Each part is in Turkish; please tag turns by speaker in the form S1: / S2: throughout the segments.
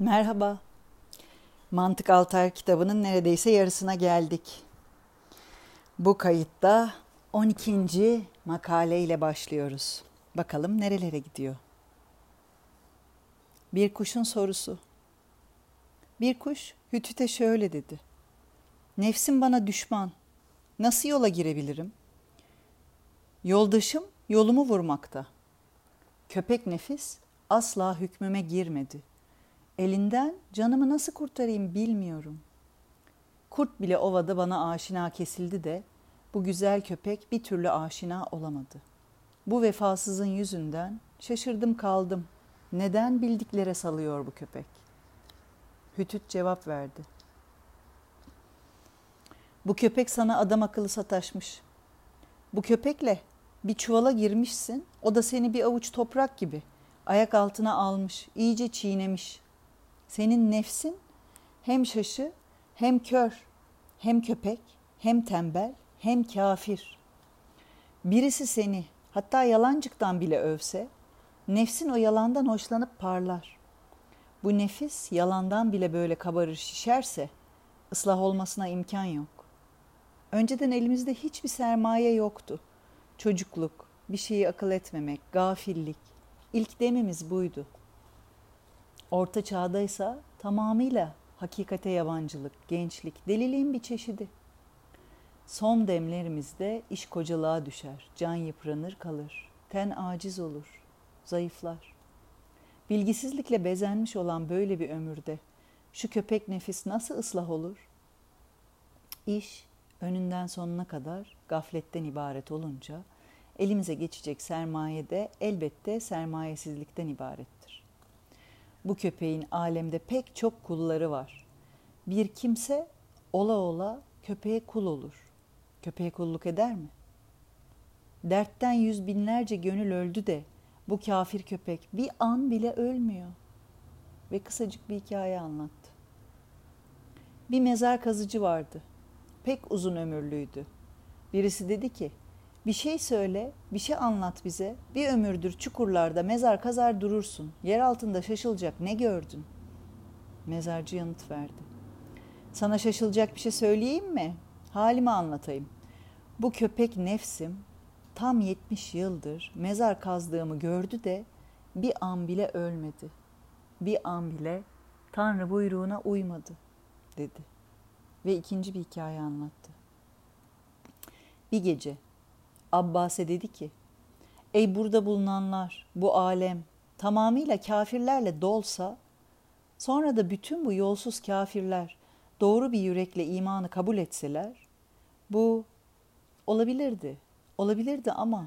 S1: Merhaba. Mantık Altar kitabının neredeyse yarısına geldik. Bu kayıtta 12. makaleyle başlıyoruz. Bakalım nerelere gidiyor. Bir kuşun sorusu. Bir kuş Hütüt'e şöyle dedi. Nefsim bana düşman. Nasıl yola girebilirim? Yoldaşım yolumu vurmakta. Köpek nefis asla hükmüme girmedi. Elinden canımı nasıl kurtarayım bilmiyorum. Kurt bile ovada bana aşina kesildi de bu güzel köpek bir türlü aşina olamadı. Bu vefasızın yüzünden şaşırdım kaldım. Neden bildiklere salıyor bu köpek? Hütüt cevap verdi. Bu köpek sana adam akıllı sataşmış. Bu köpekle bir çuvala girmişsin, o da seni bir avuç toprak gibi ayak altına almış, iyice çiğnemiş. Senin nefsin hem şaşı, hem kör, hem köpek, hem tembel, hem kafir. Birisi seni hatta yalancıktan bile övse, nefsin o yalandan hoşlanıp parlar. Bu nefis yalandan bile böyle kabarır şişerse, ıslah olmasına imkan yok. Önceden elimizde hiçbir sermaye yoktu. Çocukluk, bir şeyi akıl etmemek, gafillik. İlk demimiz buydu. Orta çağdaysa tamamıyla hakikate yabancılık, gençlik, deliliğin bir çeşidi. Son demlerimizde iş kocalığa düşer, can yıpranır kalır, ten aciz olur, zayıflar. Bilgisizlikle bezenmiş olan böyle bir ömürde şu köpek nefis nasıl ıslah olur? İş önünden sonuna kadar gafletten ibaret olunca elimize geçecek sermaye de elbette sermayesizlikten ibarettir. Bu köpeğin alemde pek çok kulları var. Bir kimse ola ola köpeğe kul olur. Köpeğe kulluk eder mi? Dertten yüz binlerce gönül öldü de bu kafir köpek bir an bile ölmüyor. Ve kısacık bir hikaye anlattı. Bir mezar kazıcı vardı. Pek uzun ömürlüydü. Birisi dedi ki, bir şey söyle, bir şey anlat bize. Bir ömürdür çukurlarda mezar kazar durursun. Yer altında şaşılacak ne gördün? Mezarcı yanıt verdi. Sana şaşılacak bir şey söyleyeyim mi? Halimi anlatayım. Bu köpek nefsim tam 70 yıldır mezar kazdığımı gördü de bir an bile ölmedi. Bir an bile Tanrı buyruğuna uymadı dedi. Ve ikinci bir hikaye anlattı. Bir gece Abbase dedi ki, ey burada bulunanlar, bu alem tamamıyla kafirlerle dolsa, sonra da bütün bu yolsuz kafirler doğru bir yürekle imanı kabul etseler, bu olabilirdi. Olabilirdi ama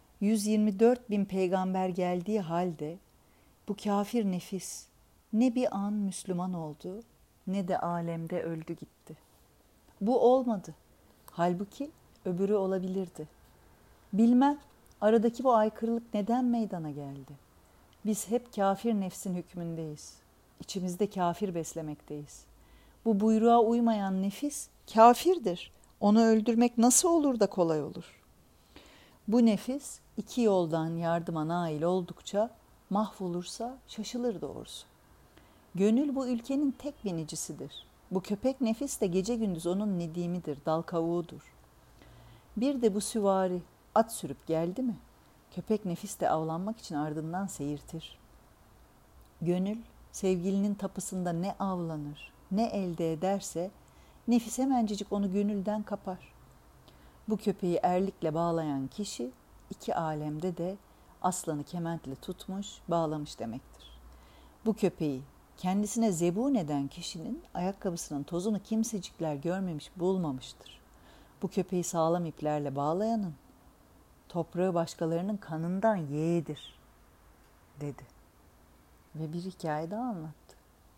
S1: 124 bin peygamber geldiği halde bu kafir nefis ne bir an Müslüman oldu ne de alemde öldü gitti. Bu olmadı. Halbuki öbürü olabilirdi. Bilmem aradaki bu aykırılık neden meydana geldi? Biz hep kafir nefsin hükmündeyiz. İçimizde kafir beslemekteyiz. Bu buyruğa uymayan nefis kafirdir. Onu öldürmek nasıl olur da kolay olur? Bu nefis iki yoldan yardıma nail oldukça mahvolursa şaşılır doğrusu. Gönül bu ülkenin tek binicisidir. Bu köpek nefis de gece gündüz onun nedimidir, dal kavuğudur. Bir de bu süvari at sürüp geldi mi, köpek nefis de avlanmak için ardından seyirtir. Gönül sevgilinin tapısında ne avlanır, ne elde ederse nefis hemencecik onu gönülden kapar. Bu köpeği erlikle bağlayan kişi iki alemde de aslanı kementle tutmuş, bağlamış demektir. Bu köpeği kendisine zebun eden kişinin ayakkabısının tozunu kimsecikler görmemiş bulmamıştır. Bu köpeği sağlam iplerle bağlayanın toprağı başkalarının kanından yeğedir, dedi. Ve bir hikaye daha anlattı.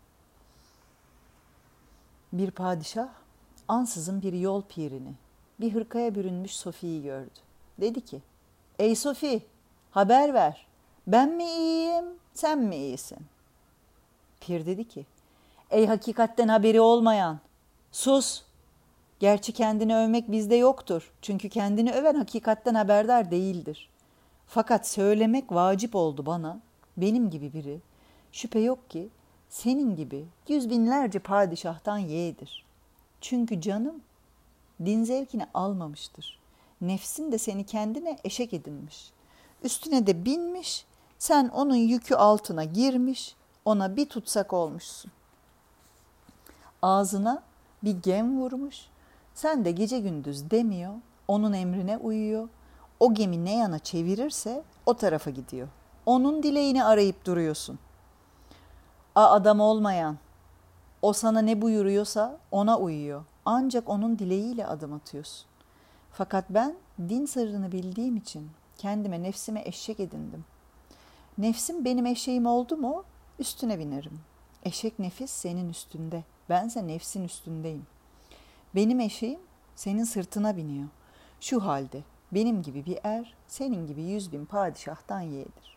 S1: Bir padişah ansızın bir yol pirini, bir hırkaya bürünmüş Sofi'yi gördü. Dedi ki, ey Sofi, haber ver, ben mi iyiyim, sen mi iyisin? Pir dedi ki, ey hakikatten haberi olmayan, sus! Gerçi kendini övmek bizde yoktur. Çünkü kendini öven hakikatten haberdar değildir. Fakat söylemek vacip oldu bana, benim gibi biri. Şüphe yok ki Senin gibi yüz binlerce padişahtan yeğdir. Çünkü canım din zevkini almamıştır. Nefsin de seni kendine eşek edinmiş. Üstüne de binmiş, sen onun yükü altına girmiş, ona bir tutsak olmuşsun. Ağzına bir gem vurmuş, sen de gece gündüz demiyor, onun emrine uyuyor. O gemi ne yana çevirirse o tarafa gidiyor. Onun dileğini arayıp duruyorsun. Adam olmayan, o sana ne buyuruyorsa ona uyuyor. Ancak onun dileğiyle adım atıyorsun. Fakat ben din sırrını bildiğim için kendime nefsime eşek edindim. Nefsim benim eşeğim oldu mu üstüne binerim. Eşek nefis senin üstünde, bense nefsin üstündeyim. Benim eşeğim senin sırtına biniyor. Şu halde benim gibi bir er, senin gibi 100.000 padişahtan yeğdir.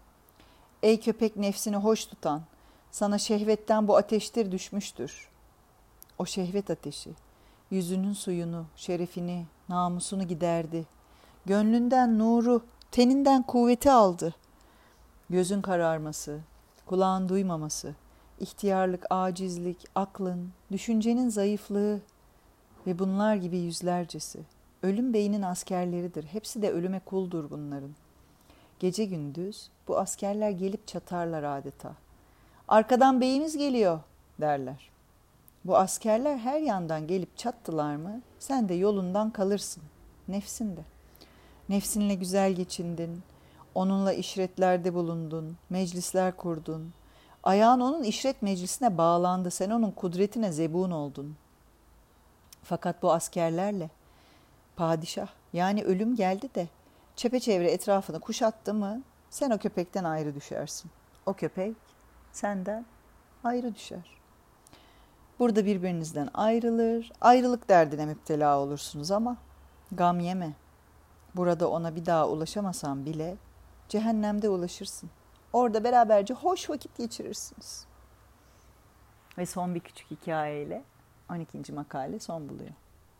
S1: Ey köpek nefsini hoş tutan, sana şehvetten bu ateştir düşmüştür. O şehvet ateşi, yüzünün suyunu, şerefini, namusunu giderdi. Gönlünden nuru, teninden kuvveti aldı. Gözün kararması, kulağın duymaması, ihtiyarlık, acizlik, aklın, düşüncenin zayıflığı ve bunlar gibi yüzlercesi. Ölüm beynin askerleridir. Hepsi de ölüme kuldur bunların. Gece gündüz bu askerler gelip çatarlar adeta. Arkadan beyimiz geliyor derler. Bu askerler her yandan gelip çattılar mı sen de yolundan kalırsın. Nefsin de. Nefsinle güzel geçindin. Onunla işretlerde bulundun. Meclisler kurdun. Ayağın onun işret meclisine bağlandı. Sen onun kudretine zebun oldun. Fakat bu askerlerle padişah yani ölüm geldi de çepeçevre etrafını kuşattı mı sen o köpekten ayrı düşersin. O köpek senden ayrı düşer. Burada birbirinizden ayrılır, ayrılık derdine müptela olursunuz ama gam yeme. Burada ona bir daha ulaşamasan bile cehennemde ulaşırsın. Orada beraberce hoş vakit geçirirsiniz. Ve son bir küçük hikayeyle 12. makale son buluyor.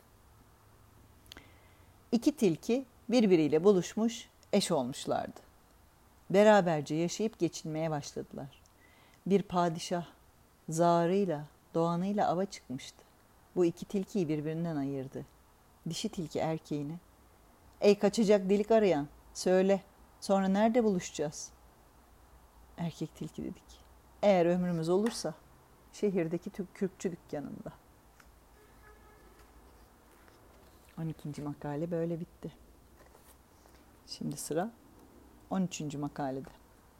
S1: İki tilki birbiriyle buluşmuş, eş olmuşlardı. Beraberce yaşayıp geçinmeye başladılar. Bir padişah zarıyla, doğanıyla ava çıkmıştı. Bu iki tilkiyi birbirinden ayırdı. Dişi tilki erkeğine, "Ey kaçacak delik arayan, söyle, sonra nerede buluşacağız?" Erkek tilki dedi ki, "Eğer ömrümüz olursa şehirdeki kürkçü dükkanında." 12. makale böyle bitti. Şimdi sıra 13. makalede.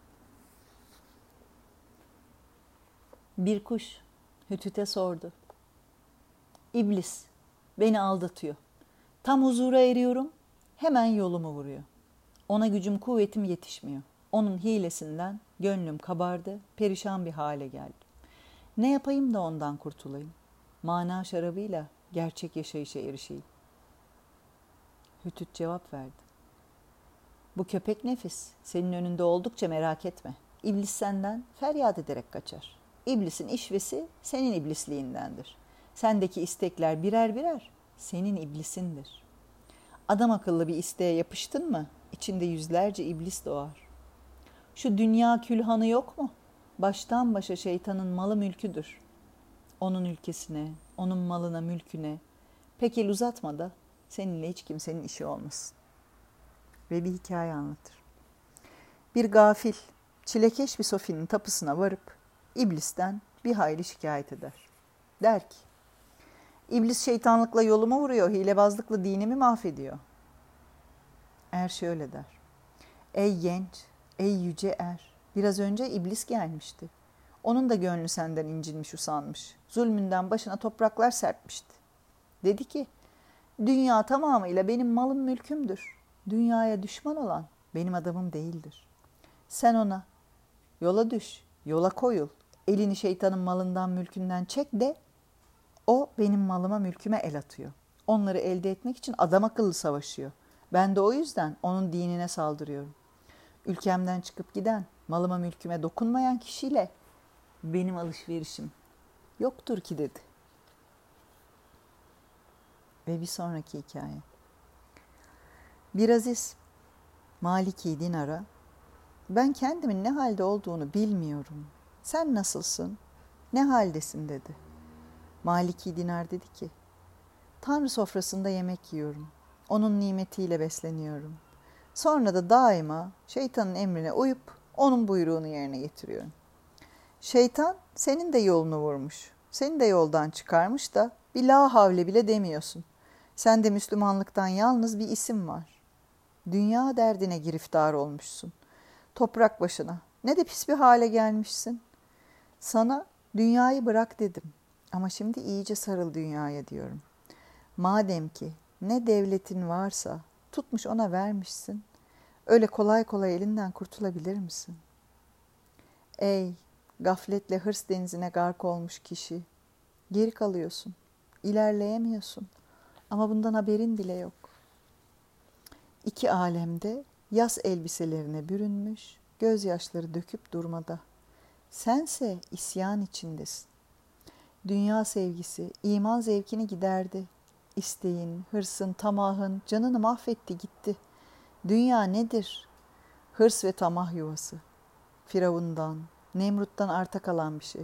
S1: Bir kuş Hütüt'e sordu. "İblis beni aldatıyor. Tam huzura eriyorum, hemen yolumu vuruyor. Ona gücüm kuvvetim yetişmiyor. Onun hilesinden gönlüm kabardı, perişan bir hale geldim. Ne yapayım da ondan kurtulayım? Mana şarabıyla gerçek yaşayışa erişeyim." Hütüt cevap verdi. "Bu köpek nefis senin önünde oldukça merak etme. İblis senden feryat ederek kaçar. İblisin işvesi senin iblisliğindendir. Sendeki istekler birer birer senin iblisindir. Adam akıllı bir isteğe yapıştın mı içinde yüzlerce iblis doğar. Şu dünya külhanı yok mu? Baştan başa şeytanın malı mülküdür. Onun ülkesine, onun malına, mülküne pek el uzatma da seninle hiç kimsenin işi olmasın." Ve bir hikaye anlatır. Bir gafil, çilekeş bir sofinin tapısına varıp İblisten bir hayli şikayet eder. Der ki, "İblis şeytanlıkla yolumu vuruyor, hilebazlıkla dinimi mahvediyor." Er şöyle der. "Ey genç, ey yüce er, biraz önce iblis gelmişti. Onun da gönlü senden incinmiş usanmış. Zulmünden başına topraklar serpmişti. Dedi ki, dünya tamamıyla benim malım mülkümdür. Dünyaya düşman olan benim adamım değildir. Sen ona yola düş, yola koyul. Elini şeytanın malından mülkünden çek de o benim malıma mülküme el atıyor. Onları elde etmek için adam akıllı savaşıyor. Ben de o yüzden onun dinine saldırıyorum. Ülkemden çıkıp giden, malıma mülküme dokunmayan kişiyle benim alışverişim yoktur ki," dedi. Ve bir sonraki hikaye. Bir aziz Maliki Dinar'a, "Ben kendimin ne halde olduğunu bilmiyorum. Sen nasılsın? Ne haldesin dedi. Maliki Dinar dedi ki, Tanrı sofrasında yemek yiyorum. Onun nimetiyle besleniyorum. Sonra da daima şeytanın emrine uyup onun buyruğunu yerine getiriyorum. Şeytan senin de yolunu vurmuş. Seni de yoldan çıkarmış da bir la havle bile demiyorsun. Sende Müslümanlıktan yalnız bir isim var. Dünya derdine giriftar olmuşsun. Toprak başına. Ne de pis bir hale gelmişsin. Sana dünyayı bırak dedim. Ama şimdi iyice sarıl dünyaya diyorum. Madem ki ne devletin varsa tutmuş ona vermişsin. Öyle kolay kolay elinden kurtulabilir misin? Ey gafletle hırs denizine gark olmuş kişi. Geri kalıyorsun. İlerleyemiyorsun. Ama bundan haberin bile yok. İki alemde yas elbiselerine bürünmüş, gözyaşları döküp durmada. Sense isyan içindesin. Dünya sevgisi, iman zevkini giderdi. İsteğin, hırsın, tamahın canını mahvetti gitti. Dünya nedir? Hırs ve tamah yuvası. Firavundan, Nemrut'tan arta kalan bir şey.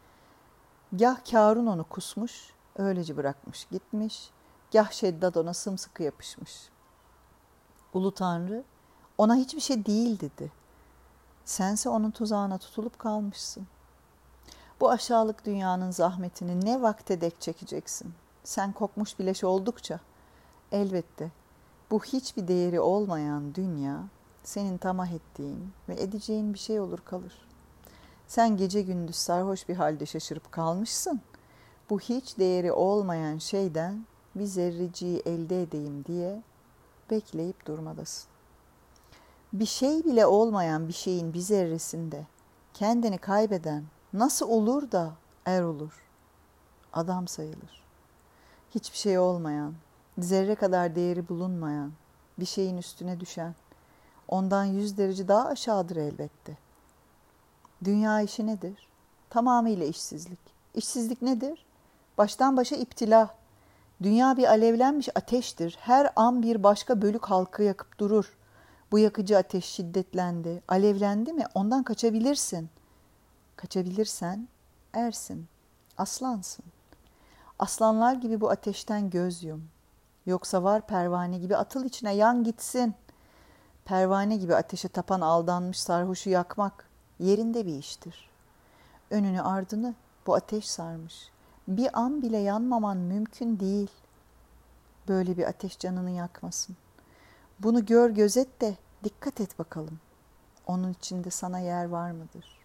S1: Gah Kârun onu kusmuş, öylece bırakmış gitmiş. Gah Şeddad ona sımsıkı yapışmış. Ulu Tanrı ona hiçbir şey değil dedi. Sense onun tuzağına tutulup kalmışsın. Bu aşağılık dünyanın zahmetini ne vakte dek çekeceksin? Sen kokmuş bileş oldukça. Elbette bu hiçbir değeri olmayan dünya senin tamah ettiğin ve edeceğin bir şey olur kalır. Sen gece gündüz sarhoş bir halde şaşırıp kalmışsın. Bu hiç değeri olmayan şeyden bir zerreciyi elde edeyim diye bekleyip durmadasın. Bir şey bile olmayan bir şeyin bir zerresinde kendini kaybeden nasıl olur da er olur? Adam sayılır. Hiçbir şey olmayan, zerre kadar değeri bulunmayan bir şeyin üstüne düşen, ondan 100 derece daha aşağıdır elbette. Dünya işi nedir? Tamamıyla işsizlik. İşsizlik nedir? Baştan başa iptila. Dünya bir alevlenmiş ateştir. Her an bir başka bölük halkı yakıp durur. Bu yakıcı ateş şiddetlendi, alevlendi mi ondan kaçabilirsin. Kaçabilirsen ersin, aslansın. Aslanlar gibi bu ateşten göz yum. Yoksa var pervane gibi atıl içine yan gitsin. Pervane gibi ateşe tapan aldanmış sarhoşu yakmak yerinde bir iştir. Önünü ardını bu ateş sarmış. Bir an bile yanmaman mümkün değil. Böyle bir ateş canını yakmasın. Bunu gör gözet de dikkat et bakalım. Onun içinde sana yer var mıdır?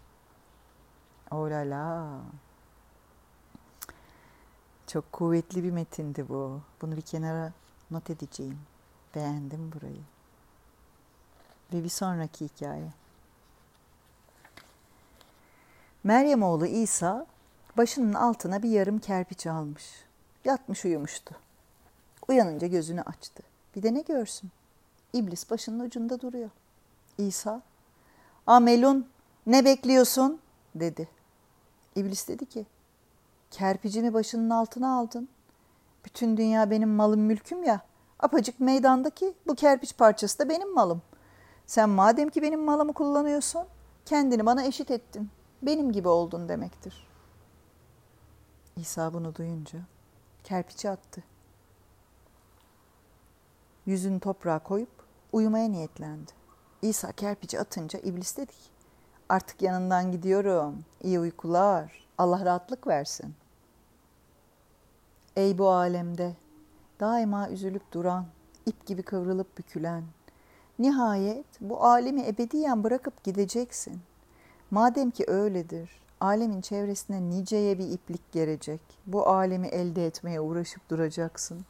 S1: Olala. Çok kuvvetli bir metindi bu. Bunu bir kenara not edeceğim. Beğendim burayı. Ve bir sonraki hikaye. Meryem oğlu İsa başının altına bir yarım kerpiç almış. Yatmış uyumuştu. Uyanınca gözünü açtı. Bir de ne görsün? İblis başının ucunda duruyor. İsa, Melun ne bekliyorsun? Dedi. İblis dedi ki, kerpicimi başının altına aldın. Bütün dünya benim malım mülküm ya. Apacık meydandaki bu kerpiç parçası da benim malım. Sen madem ki benim malımı kullanıyorsun, kendini bana eşit ettin. Benim gibi oldun demektir. İsa bunu duyunca kerpiçi attı. Yüzünü toprağa koyup uyumaya niyetlendi. İsa kerpiçi atınca iblis dedi ki, artık yanından gidiyorum. İyi uykular. Allah rahatlık versin. Ey bu alemde daima üzülüp duran, ip gibi kıvrılıp bükülen, nihayet bu alemi ebediyen bırakıp gideceksin. Madem ki öyledir, alemin çevresine niceye bir iplik gelecek. Bu alemi elde etmeye uğraşıp duracaksın.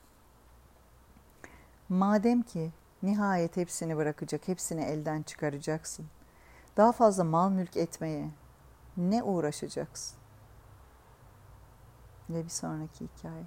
S1: Madem ki nihayet hepsini bırakacak, hepsini elden çıkaracaksın. Daha fazla mal mülk etmeye ne uğraşacaksın? Ve bir sonraki hikaye.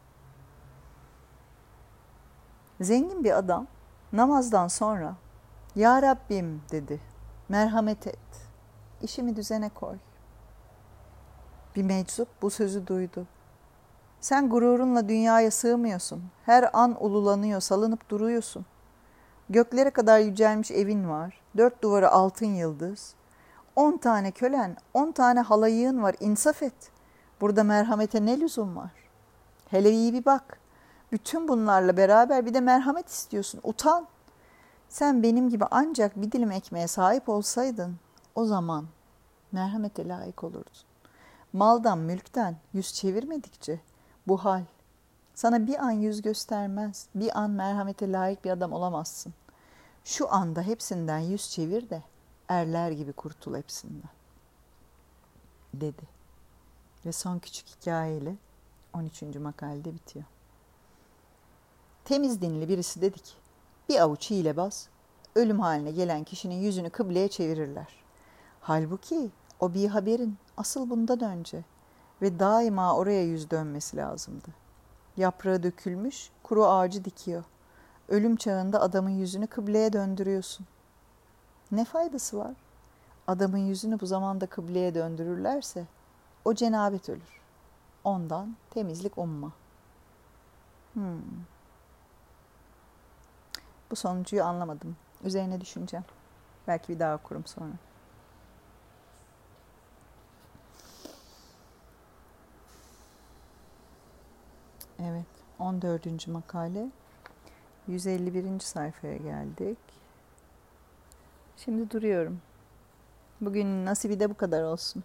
S1: Zengin bir adam namazdan sonra "Ya Rabbim" dedi, "merhamet et, işimi düzene koy." Bir meczup bu sözü duydu. Sen gururunla dünyaya sığmıyorsun. Her an ululanıyor, salınıp duruyorsun. Göklere kadar yücelmiş evin var. 4 duvarı altın yıldız. 10 tane kölen, 10 tane halayığın var, insaf et. Burada merhamete ne lüzum var? Hele iyi bir bak. Bütün bunlarla beraber bir de merhamet istiyorsun. Utan. Sen benim gibi ancak bir dilim ekmeğe sahip olsaydın o zaman merhamete layık olurdun. Maldan, mülkten yüz çevirmedikçe bu hal sana bir an yüz göstermez. Bir an merhamete layık bir adam olamazsın. Şu anda hepsinden yüz çevir de erler gibi kurtul hepsinden, dedi. Ve son küçük hikayeyle 13. makalede bitiyor. Temiz dinli birisi dedi ki, bir avuç hilebaz, ölüm haline gelen kişinin yüzünü kıbleye çevirirler. Halbuki o bir haberin asıl bundan önce ve daima oraya yüz dönmesi lazımdı. Yaprağı dökülmüş, kuru ağacı dikiyor. Ölüm çağında adamın yüzünü kıbleye döndürüyorsun. Ne faydası var? Adamın yüzünü bu zamanda kıbleye döndürürlerse o cenabet ölür. Ondan temizlik umma. Bu sonuncuyu anlamadım. Üzerine düşüneceğim. Belki bir daha okurum sonra. Evet, 14. makale. 151. sayfaya geldik. Şimdi duruyorum. Bugün nasibi de bu kadar olsun.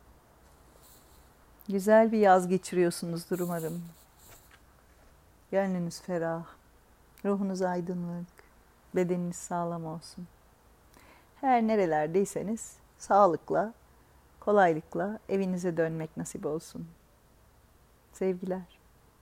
S1: Güzel bir yaz geçiriyorsunuzdur umarım. Gönlünüz ferah, ruhunuz aydınlık, bedeniniz sağlam olsun. Her nerelerdeyseniz sağlıkla, kolaylıkla evinize dönmek nasip olsun. Sevgiler.